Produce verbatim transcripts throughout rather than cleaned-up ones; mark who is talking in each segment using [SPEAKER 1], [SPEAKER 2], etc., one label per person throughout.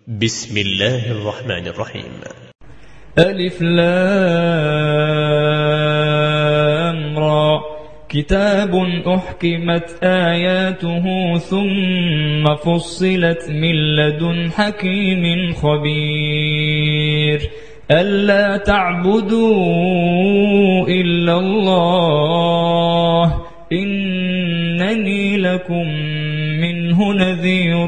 [SPEAKER 1] بسم الله الرحمن الرحيم.
[SPEAKER 2] ألف لام را كتاب أحكمت آياته ثم فصلت من لدن حكيم خبير ألا تعبدوا إلا الله إنني لكم منه نذير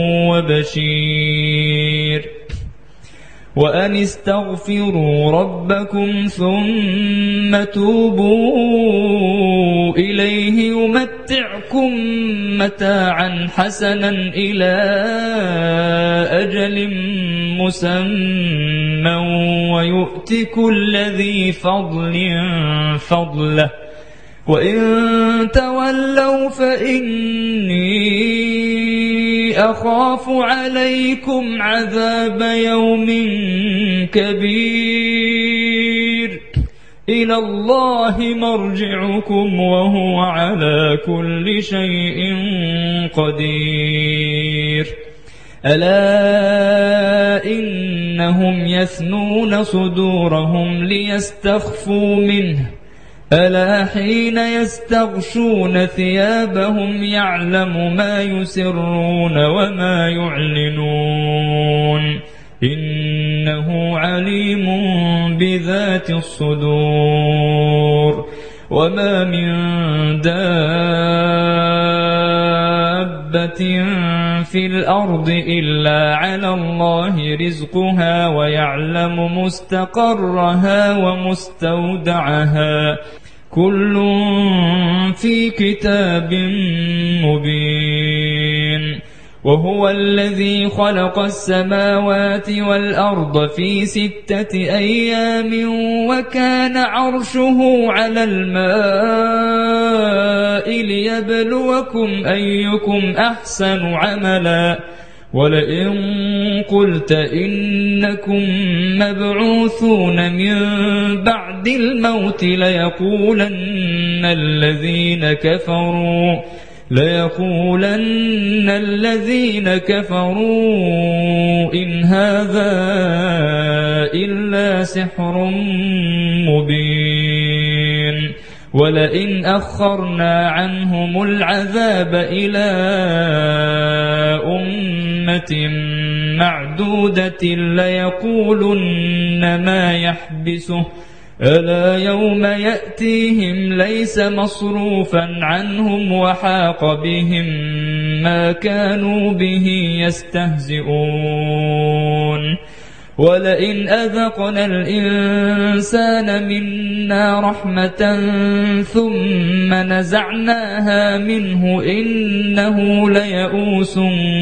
[SPEAKER 2] وبشير وأن استغفروا ربكم ثم توبوا إليه يمتعكم متاعا حسنا إلى أجل مسمى ويؤت كل ذي فضل فضله وإن تولوا فإني أخاف عليكم عذاب يوم كبير إلى الله مرجعكم وهو على كل شيء قدير ألا إنهم يثنون صدورهم ليستخفوا منه ألا حين يستغشون ثيابهم يعلم ما يسرون وما يعلنون إنه عليم بذات الصدور وما من دابة في الأرض إلا على الله رزقها ويعلم مستقرها ومستودعها كل في كتاب مبين وهو الذي خلق السماوات والأرض في ستة أيام وكان عرشه على الماء ليبلوكم أيكم أحسن عملا ولئن قلت إنكم مبعوثون من بعد الموت ليقولن الذين كفروا ليقولن الذين كفروا إن هذا إلا سحر مبين ولئن أخرنا عنهم العذاب إلى أمة معدودة ليقولن ما يحبسه ألا يوم يأتيهم ليس مصروفا عنهم وحاق بهم ما كانوا به يستهزئون ولئن أذقنا الإنسان منا رحمة ثم نزعناها منه إنه ليئوس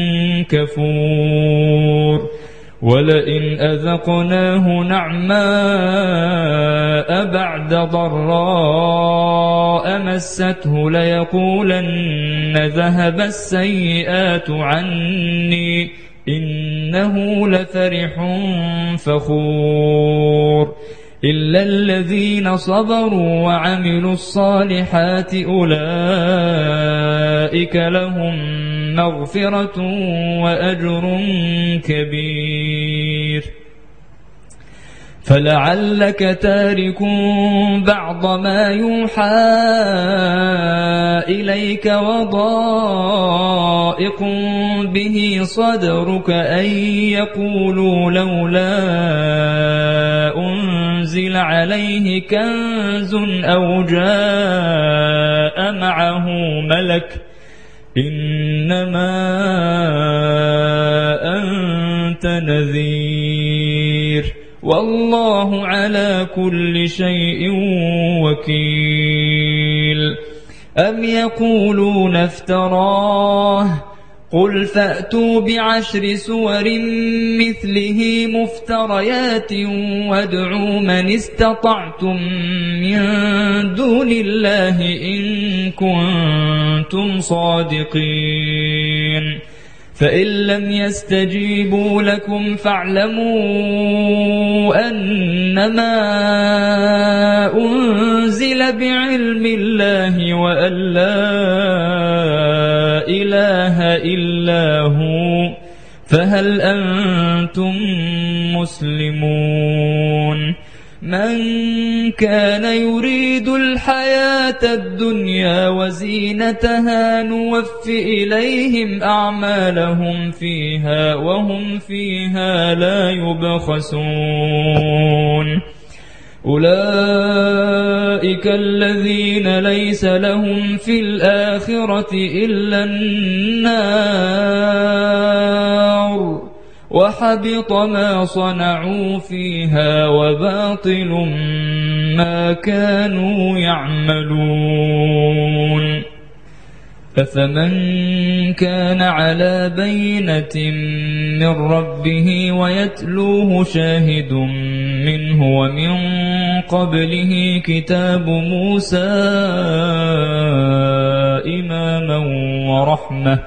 [SPEAKER 2] كفور ولئن أذقناه نعماء بعد ضراء مسته ليقولن ذهب السيئات عني إنه لفرح فخور إلا الذين صبروا وعملوا الصالحات أولئك لهم مغفرة وأجر كبير فلعلك تارك بعض ما يوحى إليك وضائق به صدرك أن يقولوا لولا أنزل عليه كنز أو جاء معه ملك إنما أنت نذير والله على كل شيء وكيل أم يقولون افتراه قل فأتوا بعشر سور مثله مفتريات وادعوا من استطعتم من دون الله إن كنتم صادقين فإن لم يستجيبوا لكم فاعلموا أنما أنزل بعلم الله وأن لا إله إلا هو فهل أنتم مسلمون من كان يريد الحياة الدنيا وزينتها نوف إليهم أعمالهم فيها وهم فيها لا يبخسون أولئك الذين ليس لهم في الآخرة إلا النار وحبط ما صنعوا فيها وباطل ما كانوا يعملون أفمن كان على بينة من ربه ويتلوه شاهد منه ومن قبله كتاب موسى إماما ورحمة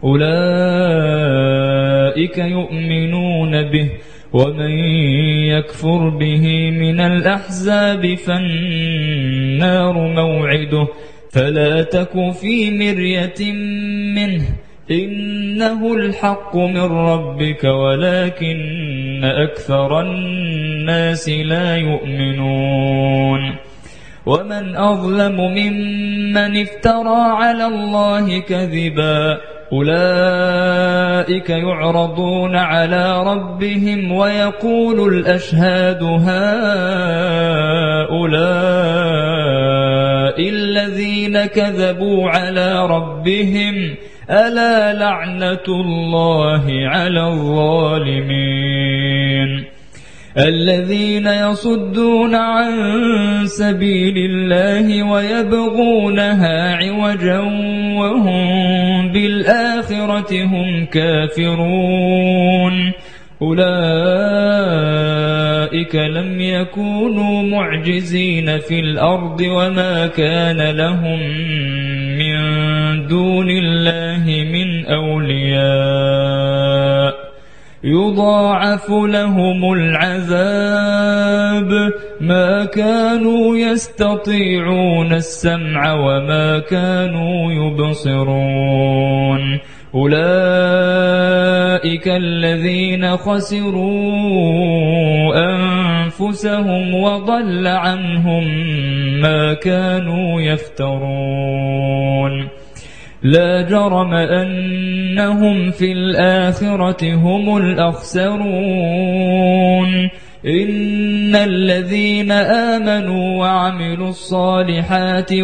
[SPEAKER 2] أولئك يؤمنون به ومن يكفر به من الأحزاب فالنار موعده فلا تك في مرية منه إنه الحق من ربك ولكن أكثر الناس لا يؤمنون ومن أظلم ممن افترى على الله كذبا أولئك يعرضون على ربهم ويقول الأشهاد هؤلاء الذين كذبوا على ربهم ألا لعنة الله على الظالمين الذين يصدون عن سبيل الله ويبغونها عوجا وهم بالآخرة هم كافرون أولئك لم يكونوا معجزين في الأرض وما كان لهم من دون الله من أولياء يضاعف لهم العذاب ما كانوا يستطيعون السمع وما كانوا يبصرون أولئك الذين خسروا أنفسهم وضل عنهم ما كانوا يفترون لا جرم أنهم في الآخرة هم الأخسرون إن الذين آمنوا وعملوا الصالحات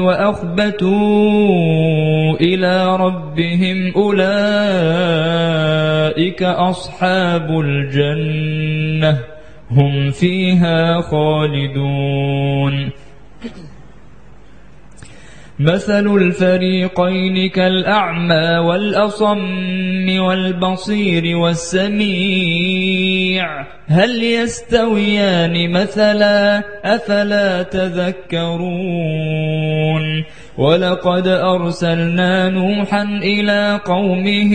[SPEAKER 2] وأخبتوا إلى ربهم أولئك أصحاب الجنة هم فيها خالدون مثل الفريقين كالأعمى والأصم والبصير والسميع هل يستويان مثلا أفلا تذكرون ولقد أرسلنا نوحا إلى قومه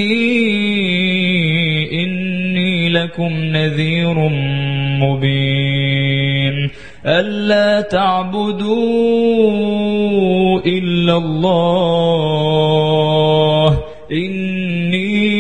[SPEAKER 2] إني لكم نذير مبين ألا تعبدوا إلا الله إني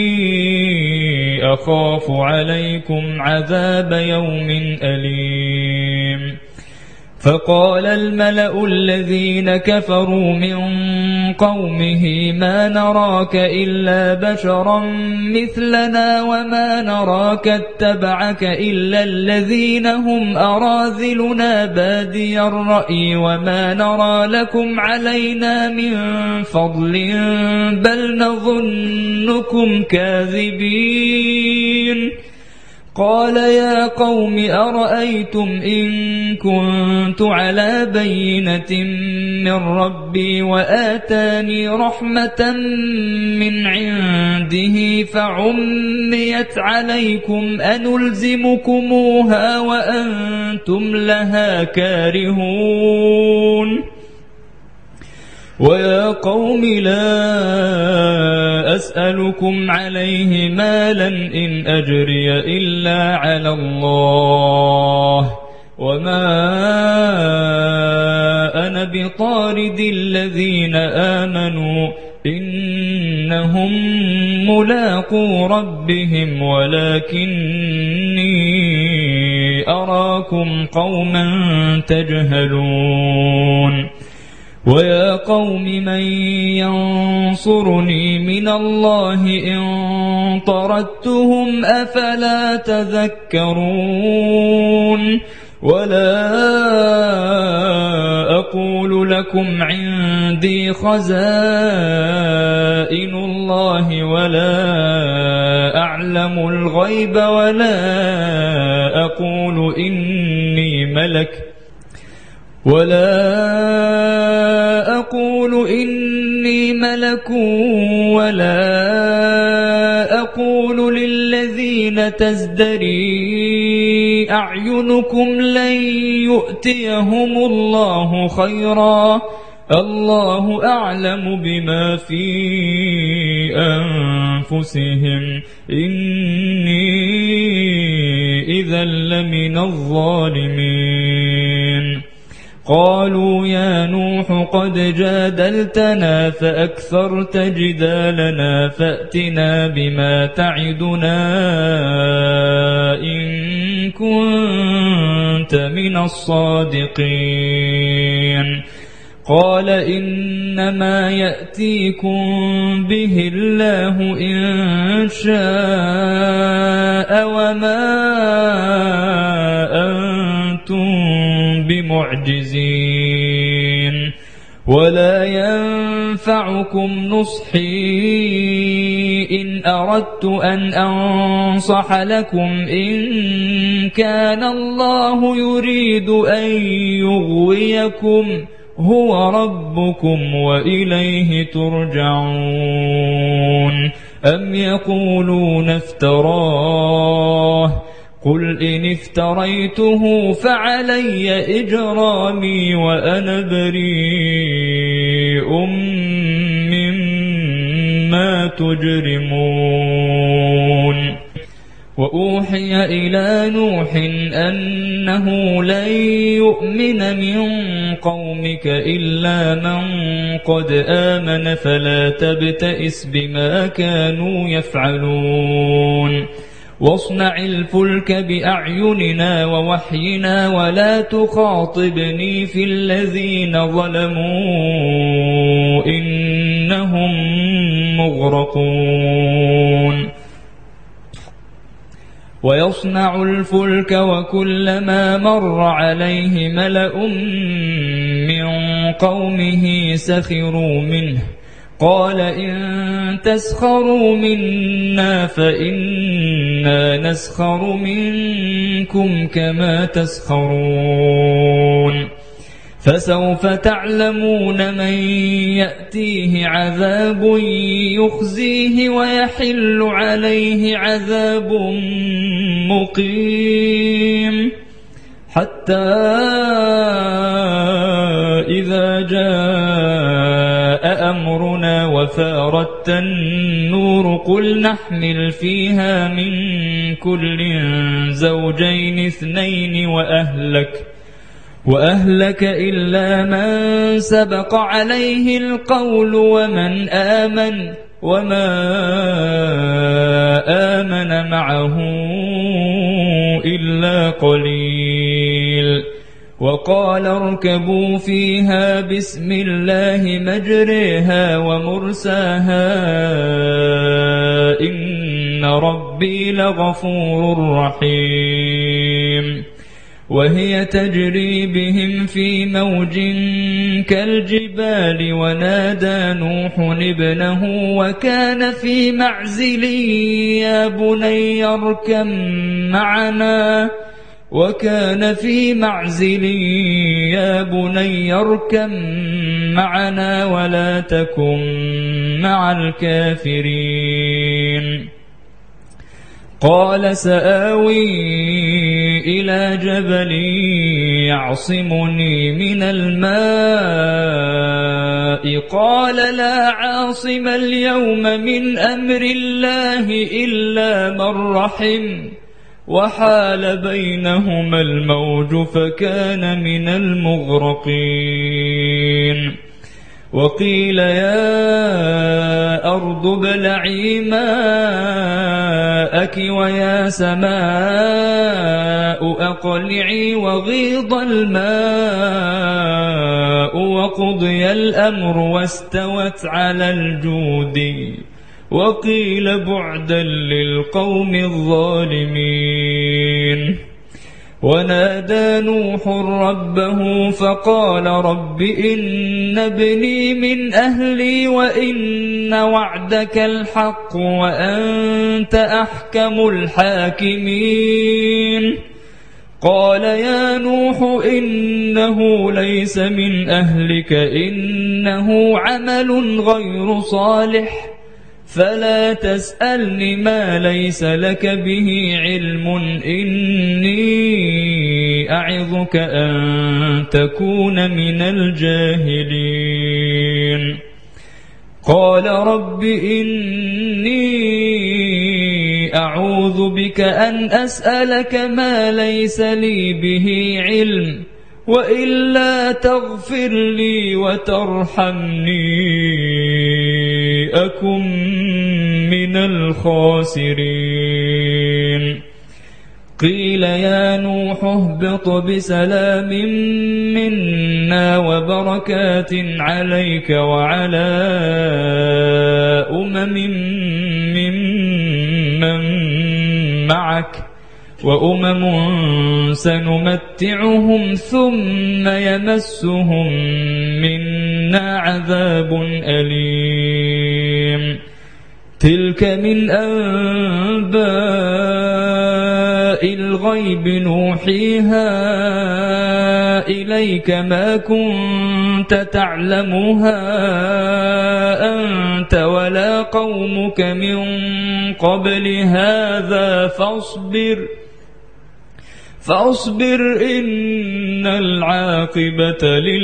[SPEAKER 2] أخاف عليكم عذاب يوم أليم فقال الملأ الذين كفروا من قومه ما نراك إلا بشرا مثلنا وما نراك اتبعك إلا الذين هم أراذلنا بادي الرأي وما نرى لكم علينا من فضل بل نظنكم كاذبين قال يا قوم أرأيتم إن كنت على بينة من ربي وآتاني رحمة من عنده فعميت عليكم أنلزمكموها وأنتم لها كارهون ويا قوم لا أسألكم عليه مالا إن أجري إلا على الله وما أنا بطارد الذين آمنوا إنهم ملاقو ربهم ولكني أراكم قوما تجهلون ويا قوم من ينصرني من الله إن طردتهم أفلا تذكرون ولا أقول لكم عندي خزائن الله ولا أعلم الغيب ولا أقول إني ملك ولا أقول إني ملك ولا أقول للذين تزدري أعينكم لن يؤتيهم الله خيرا الله أعلم بما في أنفسهم إني إذا لمن الظالمين قالوا يا نوح قد جادلتنا فأكثرت جدالنا فأتنا بما تعدنا إن كنت من الصادقين قال إنما يأتيكم به الله إن شاء وما أنتم بمعجزين ولا ينفعكم نصحي إن أردت أن أنصح لكم إن كان الله يريد أن يغويكم هو ربكم وإليه ترجعون أم يقولون افتراه قل إن افتريته فعلي إجرامي وأنا بريء مما تجرمون وأوحي إلى نوح أنه لن يؤمن من قومك إلا من قد آمن فلا تبتئس بما كانوا يفعلون واصنع الفلك بأعيننا ووحينا ولا تخاطبني في الذين ظلموا إنهم مغرقون ويصنع الفلك وكلما مر عليه ملأ من قومه سخروا منه قال إن تسخروا منا فإنا نسخر منكم كما تسخرون فسوف تعلمون من يأتيه عذاب يخزيه ويحل عليه عذاب مقيم حتى إذا جاء أمرنا وفارت النور قل نحمل فيها من كل زوجين اثنين وأهلك وأهلك إلا من سبق عليه القول ومن آمن وما آمن معه إلا قليل وقال اركبوا فيها بسم الله مجريها ومرساها إن ربي لغفور رحيم وهي تجري بهم في موج كالجبال ونادى نوح ابنه وكان في معزل يا بني اركب معنا وكان في معزل يا بني اركب معنا ولا تكن مع الكافرين قال سآوي إلى جبل يعصمني من الماء قال لا عاصم اليوم من أمر الله إلا من رحم وحال بينهما الموج فكان من المغرقين وقيل يا أرض ابلعي ماءك ويا سماء أقلعي وغيض الماء وقضي الأمر واستوت على الجود وقيل بعدا للقوم الظالمين. ونادى نوح ربه فقال رب إن ابني من أهلي وإن وعدك الحق وأنت أحكم الحاكمين. قال يا نوح إنه ليس من أهلك إنه عمل غير صالح فلا تسألني ما ليس لك به علم إني أعظك أن تكون من الجاهلين. قال رب إني أعوذ بك أن أسألك ما ليس لي به علم وإلا تغفر لي وترحمني أكن من الخاسرين. قيل يا نوح اهبط بسلام منا وبركات عليك وعلى أمم ممن معك وأمم سنمتعهم ثم يمسهم منا عذاب أليم. تلك من أنباء الغيب نوحيها إليك ما كنت تعلمها أنت ولا قومك من قبل هذا فاصبر فاصبر إن العاقبة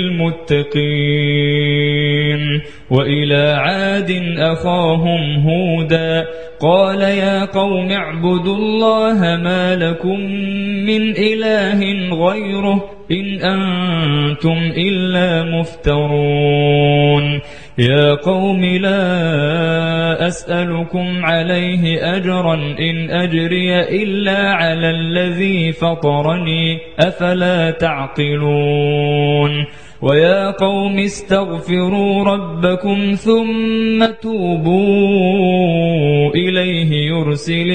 [SPEAKER 2] للمتقين. وإلى عاد أخاهم هودا قال يا قوم اعبدوا الله ما لكم من إله غيره إن أنتم إلا مفترون. يا قوم لا أسألكم عليه أجرا إن أجري إلا على الذي فطرني أفلا تعقلون. ويا قوم استغفروا ربكم ثم توبوا إليه يرسل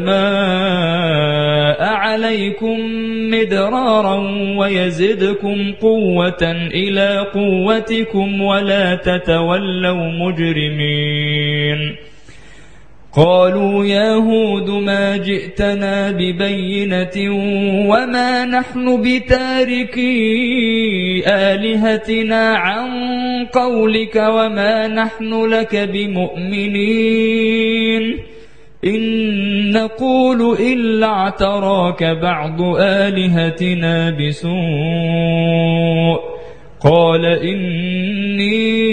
[SPEAKER 2] السماء عليكم مدرارا ويزدكم قوة إلى قوتكم ولا تتولوا مجرمين. قالوا يا هود ما جئتنا ببينة وما نحن بتاركي آلهتنا عن قولك وما نحن لك بمؤمنين إن نقول إلا اعتراك بعض آلهتنا بسوء. قال إني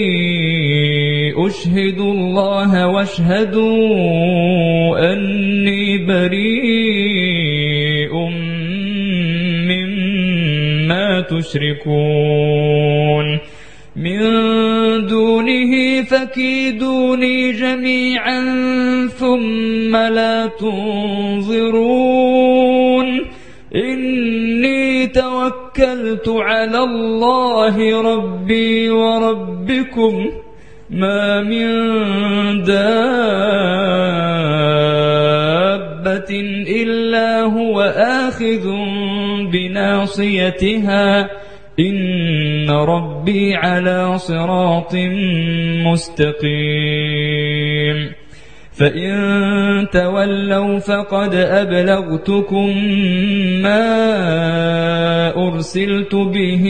[SPEAKER 2] أشهد الله واشهدوا أني بريء مما تشركون من دونه فكيدوني جميعا ثم لا تنظرون. إني توكلت على الله ربي وربكم ما من دابة إلا هو آخذ بناصيتها إن ربي على صراط مستقيم. فإن تولوا فقد أبلغتكم ما أرسلت به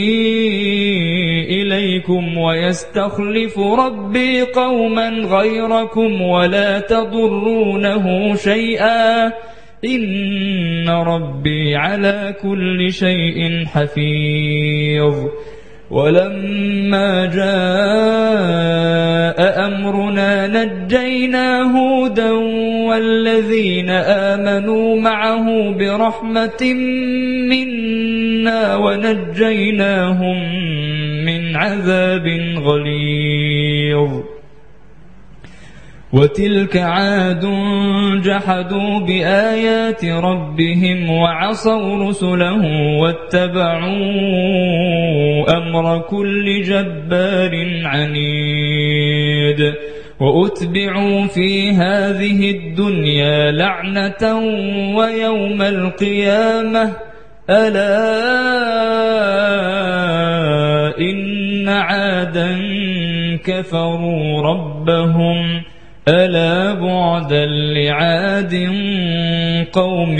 [SPEAKER 2] إليكم ويستخلف ربي قوما غيركم ولا تضرونه شيئا إن ربي على كل شيء حفيظ. ولما جاء أمرنا نجينا هودا والذين آمنوا معه برحمة منا ونجيناهم من عذاب غليظ وتلك عاد جحدوا بآيات ربهم وعصوا رسله واتبعوا أمر كل جبار عنيد وأتبعوا في هذه الدنيا لعنة ويوم القيامة ألا إن عادا كفروا ربهم ألا بعدا لعاد قوم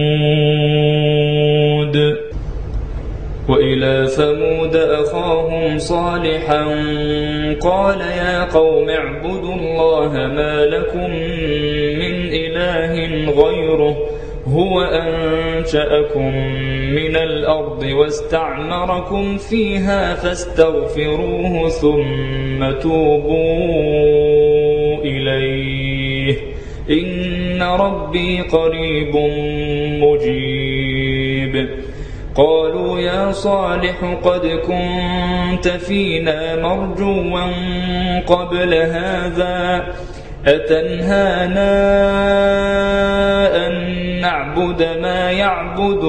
[SPEAKER 2] هود وإلى ثمود أخاهم صالحا قال يا قوم اعبدوا الله ما لكم من إله غيره هو أنشأكم من الأرض واستعمركم فيها فاستغفروه ثم توبوا إليه إن ربي قريب مجيب قالوا يا صالح قد كنت فينا مرجوا قبل هذا أتنهانا أن نعبد ما يعبد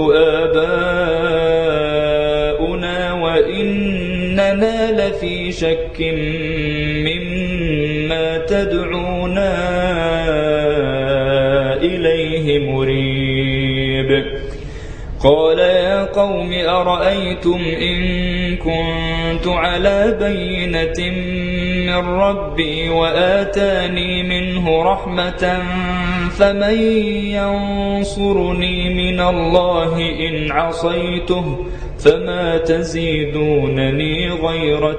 [SPEAKER 2] آباؤنا وإننا لفي شك مما تدعونا إليه مريب قال يا قوم أرأيتم إن كنت على بينة من ربي وآتاني منه رحمة فمن ينصرني من الله إن عصيته فما تزيدونني غير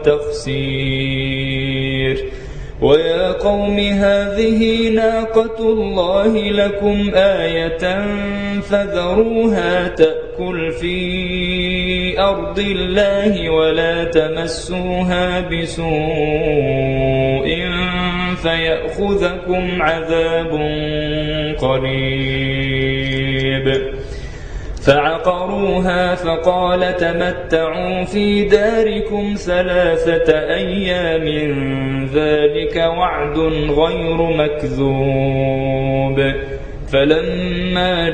[SPEAKER 2] تخسير ويا قوم هذه ناقة الله لكم آية فذروها تأكل في أرض الله ولا تمسوها بسوء فيأخذكم عذاب قريب فعقروها فقال تمتعوا في داركم ثلاثة أيام ذلك وعد غير مكذوب فلما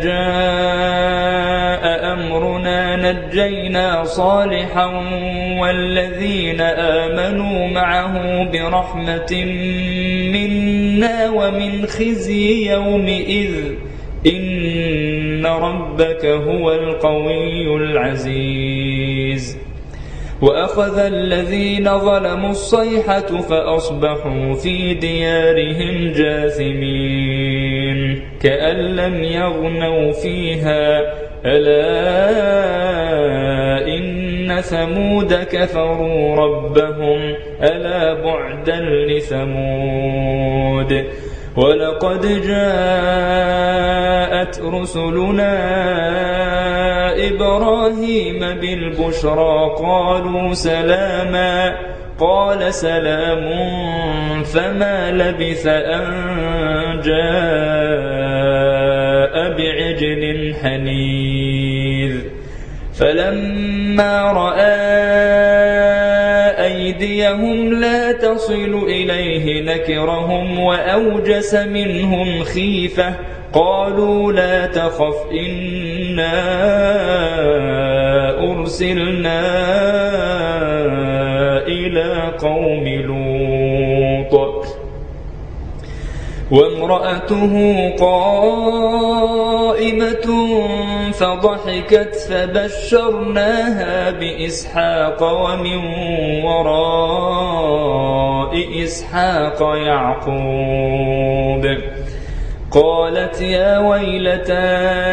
[SPEAKER 2] جاء أمرنا نجينا صالحا والذين آمنوا معه برحمة منا ومن خزي يومئذ إن ربك هو القوي العزيز وأخذ الذين ظلموا الصيحة فأصبحوا في ديارهم جاثمين كأن لم يغنوا فيها ألا إن ثمود كفروا ربهم ألا بعدا لثمود ولقد جاءت رسلنا إبراهيم بالبشرى قالوا سلاما قال سلام فما لبث أن جاء بعجل حنيذ فلما رأى أيديهم لا تصل إليه نكرهم وأوجس منهم خيفة قالوا لا تخف إنا أرسلنا إلى قوم لوط وامرأته قائمة فضحكت فبشرناها بإسحاق ومن وراء إسحاق يعقوب قالت يا ويلتى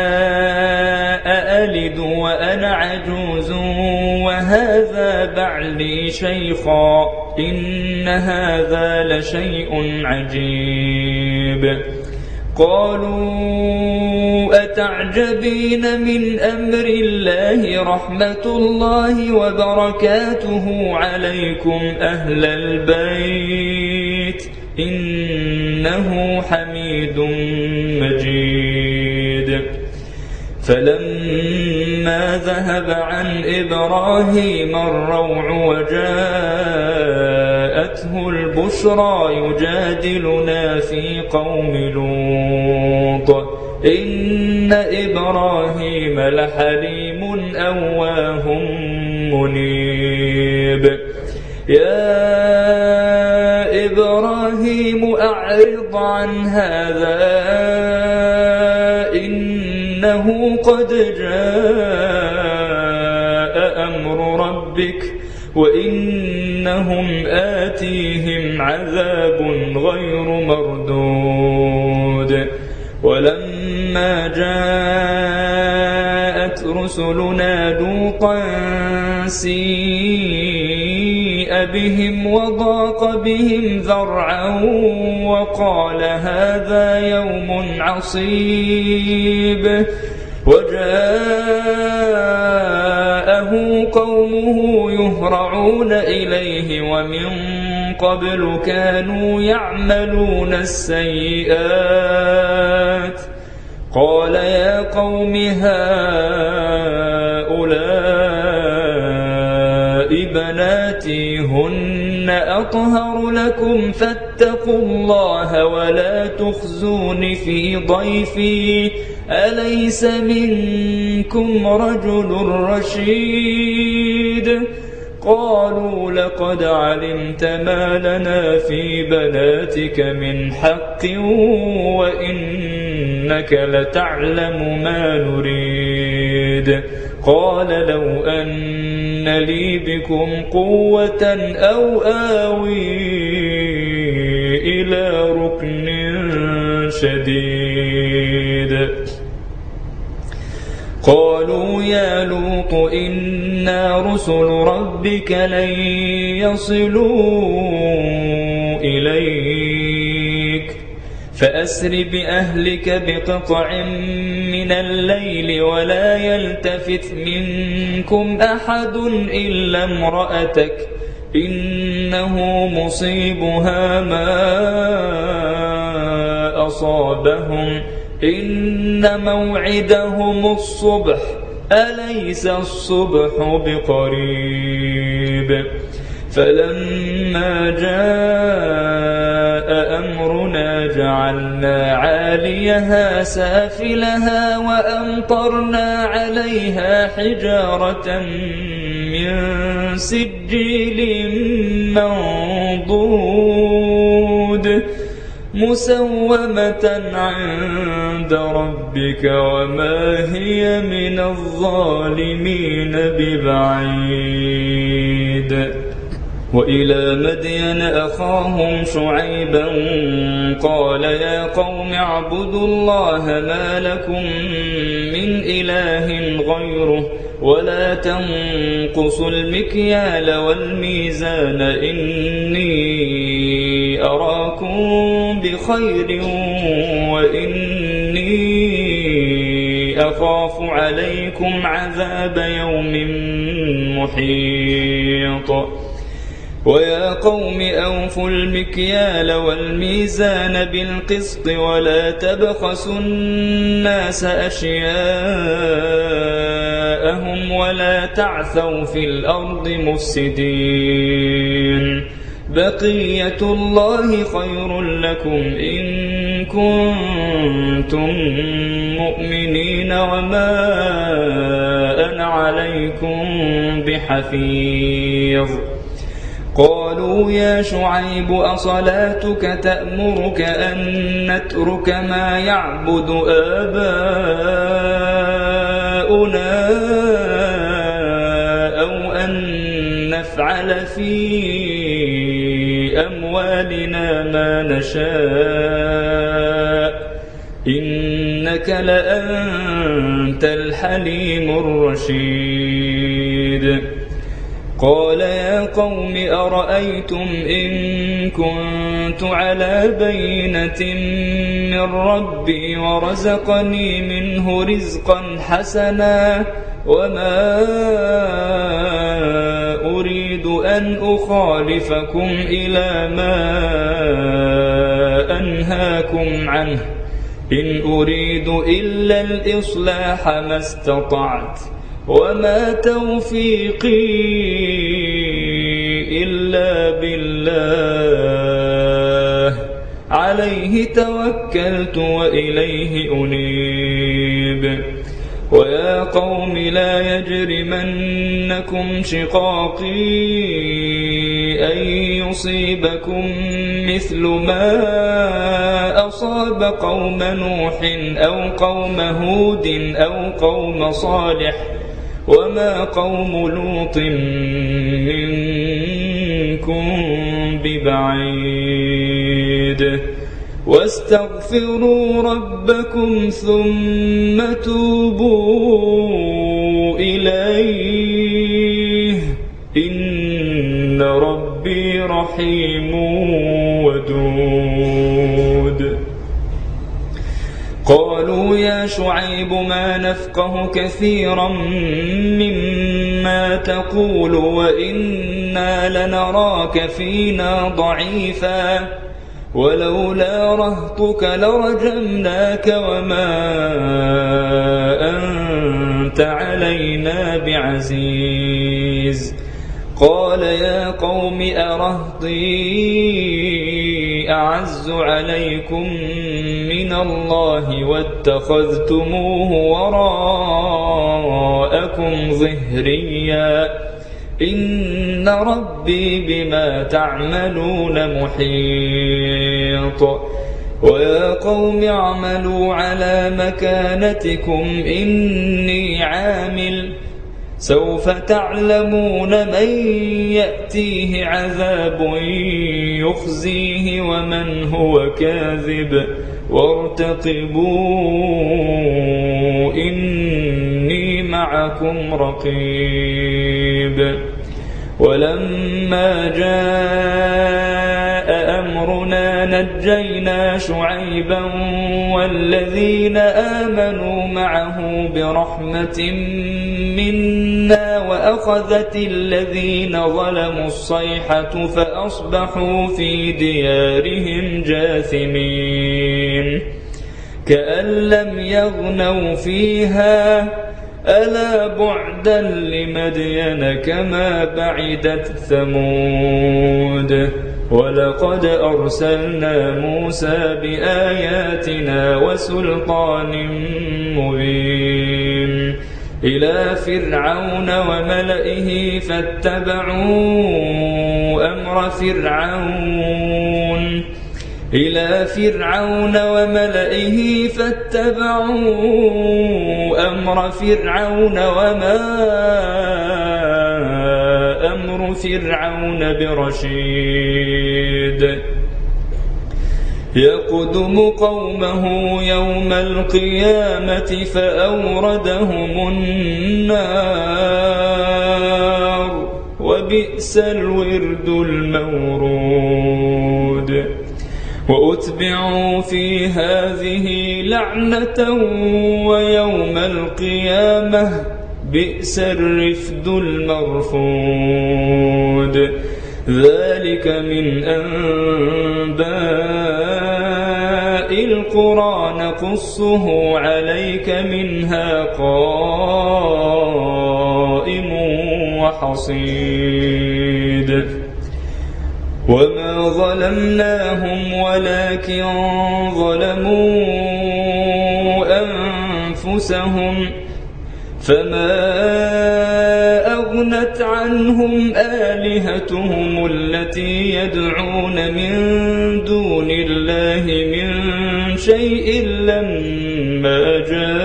[SPEAKER 2] أألد وأنا عجوز وهذا بعلي شيخا إن هذا لشيء عجيب قالوا أتعجبين من أمر الله رحمة الله وبركاته عليكم أهل البيت إنه حميد مجيد فلما ذهب عن إبراهيم الروع وجاءته البشرى يجادلنا في قوم لوط إن إبراهيم لحليم أواه منيب يا إبراهيم أعرض عن هذا إنه قد جاء أمر ربك وإنهم آتيهم عذاب غير مردود ولما جاءت رسلنا لوطا سيء بهم وضاق بهم ذرعا وقال هذا يوم عصيب وجاءه قومه يهرعون إليه ومن قبل كانوا يعملون السيئات قال يا قوم هؤلاء بناتي هن أطهر لكم فاتقوا الله ولا تخزون في ضيفي أليس منكم رجل رشيد قالوا لقد علمت ما لنا في بناتك من حق وإنك لتعلم ما نريد قال لو أن لي بكم قوة أو آوي إلى ركن شديد قالوا يا لوط إنا رسل ربك لن يصلوا إليك فأسر بأهلك بقطع من الليل ولا يلتفت منكم أحد إلا امرأتك إنه مصيبها ما أصابهم إن موعدهم الصبح أليس الصبح بقريب فلما جاء أمرنا جعلنا عاليها سافلها وأمطرنا عليها حجارة من سجيل منضود مسومة عند ربك وما هي من الظالمين ببعيد وإلى مدين أخاهم شعيبا قال يا قوم اعبدوا الله ما لكم من إله غيره ولا تنقصوا المكيال والميزان إني أراكم بخير وإني أخاف عليكم عذاب يوم محيط ويا قوم أوفوا المكيال والميزان بالقسط ولا تبخسوا الناس أشياءهم ولا تعثوا في الأرض مفسدين بقية الله خير لكم إن كنتم مؤمنين وما أنا عليكم بحفيظ قالوا يا شعيب أصلاتك تأمرك أن نترك ما يعبد آباؤنا أو أن نفعل في أموالنا ما نشاء إنك لأنت الحليم الرشيد قال يا قوم أرأيتم إن كنت على بينة من ربي ورزقني منه رزقا حسنا وما أريد أن أخالفكم إلى ما أنهاكم عنه إن أريد إلا الإصلاح ما استطعت وما توفيقي إلا بالله عليه توكلت وإليه أنيب ويا قوم لا يجرمنكم شقاقي أن يصيبكم مثل ما أصاب قوم نوح أو قوم هود أو قوم صالح وما قوم لوط منكم ببعيد واستغفروا ربكم ثم توبوا إليه إن ربي رحيم ودود قالوا يا شعيب ما نفقه كثيرا مما تقول وإنا لنراك فينا ضعيفا ولولا رهطك لرجمناك وما أنت علينا بعزيز قال يا قوم أرهطي أعز عليكم من الله واتخذتموه وراءكم ظهريا إن ربي بما تعملون محيط ويا قوم اعملوا على مكانتكم إني عامل سوف تعلمون من يأتيه عذاب يخزيه ومن هو كاذب وارتقبوا إني معكم رقيب ولما جاء أمرنا نجينا شعيبا والذين آمنوا معه برحمة منا وأخذت الذين ظلموا الصيحة فأصبحوا في ديارهم جاثمين كأن لم يغنوا فيها ألا بعدا لمدين كما بعدت ثمود ولقد أرسلنا موسى بآياتنا وسلطان مبين إلى فرعون وملئه فاتبعوا أمر فرعون إلى فرعون وملئه فاتبعوا أمر فرعون وما أمر فرعون برشيد يقدم قومه يوم القيامة فأوردهم النار وبئس الورد المورود وأتبعوا في هذه لعنة ويوم القيامة بئس الرفد المرفود ذلك من أنباء القرى نقصه عليك منها قائم وحصيد وما ظلمناهم ولكن ظلموا أنفسهم فما أغنت عنهم آلهتهم التي يدعون من دون الله من شيء لما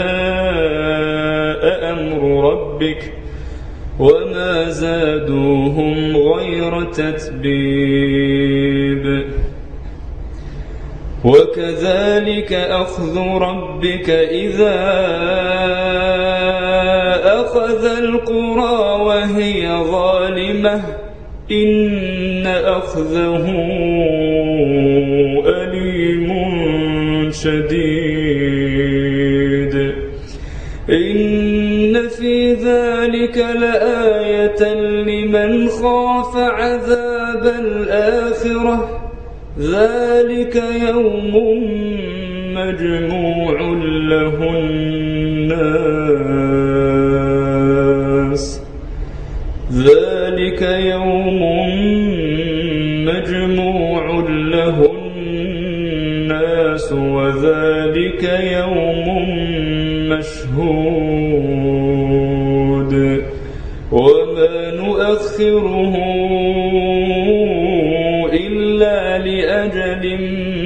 [SPEAKER 2] جاء أمر ربك وما زادوهم غير تتبيب وكذلك أخذ ربك إذا أخذ القرى وهي ظالمة ظلمة إن أخذه أليم شديد إن في ذلك لآية لمن خاف عذاب الآخرة ذلك يوم مجموع له الناس ذلك يوم مجموع له الناس وذلك يوم مشهود وما نؤخره إلا لأجل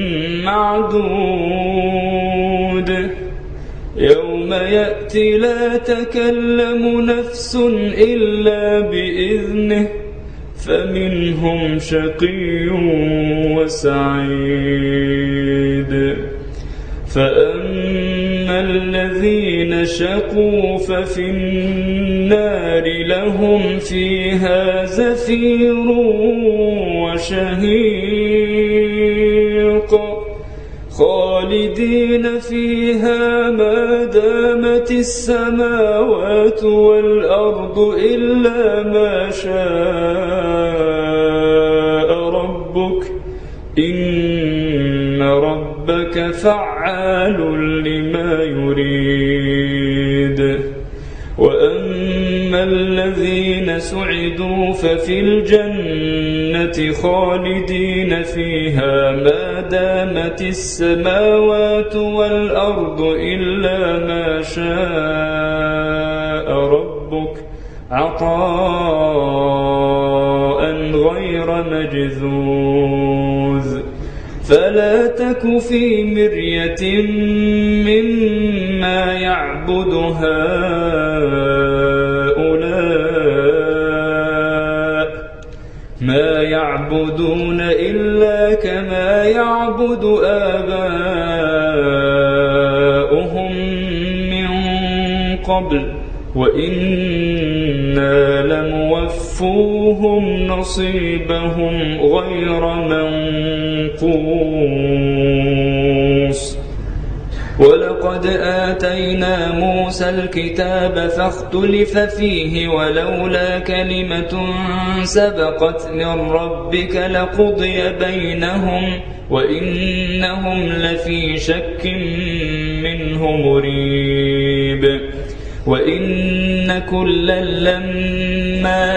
[SPEAKER 2] معدود يوم يأتي لا تكلم نفس إلا بإذنه فمنهم شقي وسعيد فأما الذين شقوا ففي النار لهم فيها زفير وشهيق خالدين فيها ما دامت السماوات والأرض إلا ما شاء ربك إن ربك فعال لما يريد وأما الذين سعدوا ففي الجنة خالدين فيها ما دامت السماوات والأرض إلا ما شاء ربك عطاء غير مجذوذ فلا تك في مرية مما يعبد هؤلاء ما يعبدون إلا كما يعبد آباؤهم من قبل وإنا لموفوهم نصيبهم غير منقوص ولقد آتينا موسى الكتاب فاختلف فيه ولولا كلمة سبقت من ربك لقضي بينهم وإنهم لفي شك منه مريب وإن كلا لما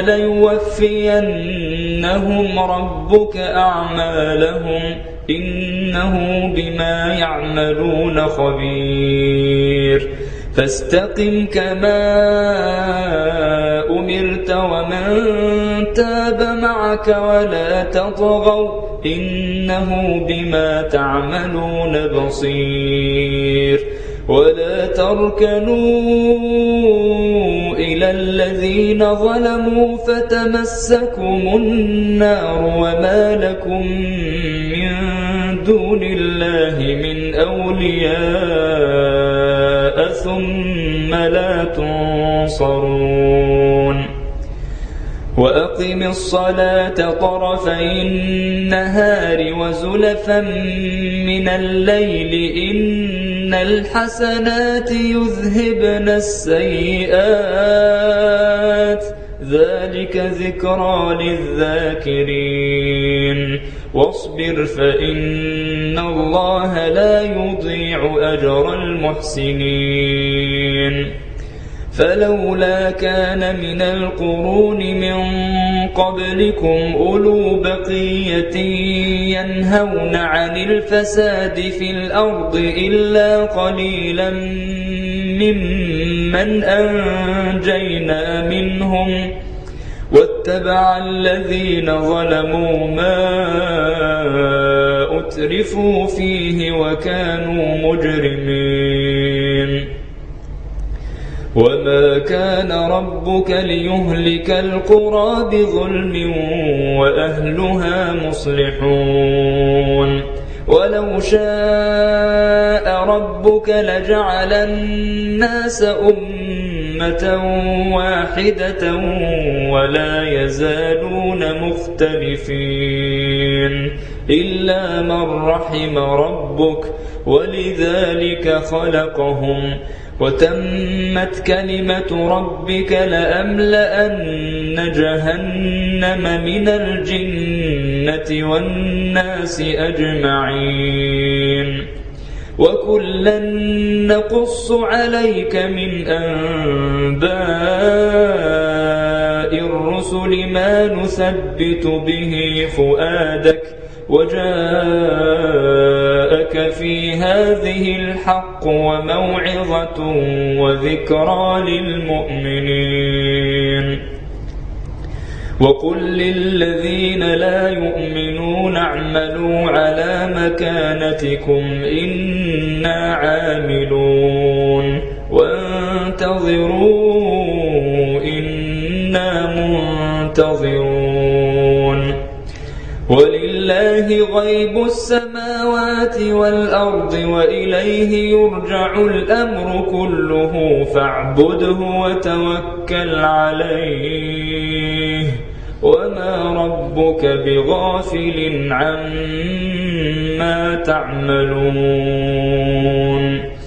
[SPEAKER 2] ليوفينهم ربك أعمالهم إنه بما يعملون خبير فاستقم كما أمرت ومن تاب معك ولا تطغوا إنه بما تعملون بصير ولا تركنوا إلى الذين ظلموا فتمسكم النار وما لكم من دون الله من أولياء ثم لا تنصرون وأقم الصلاة طرفي النهار وزلفا من الليل إن الحسنات يذهبن السيئات ذلك ذكرى للذاكرين واصبر فإن الله لا يضيع أجر المحسنين فلولا كان من القرون من قبلكم أولو بقية ينهون عن الفساد في الأرض إلا قليلا ممن أنجينا منهم واتبع الذين ظلموا ما أترفوا فيه وكانوا مجرمين وما كان ربك ليهلك القرى بظلم وأهلها مصلحون ولو شاء ربك لجعل الناس أمة أمة واحدة ولا يزالون مختلفين إلا من رحم ربك ولذلك خلقهم وتمت كلمة ربك لأملأن جهنم من الجنة والناس أجمعين وكلا نقص عليك من أنباء الرسل ما نثبت به فؤادك وجاءك في هذه الحق وموعظة وذكرى للمؤمنين وقل للذين لا يؤمنون اعملوا على مكانتكم إنا عاملون وانتظروا إنا منتظرون ولله غيب السماوات والأرض وإليه يرجع الأمر كله فاعبده وتوكل عليه وما ربك بغافل عما تعملون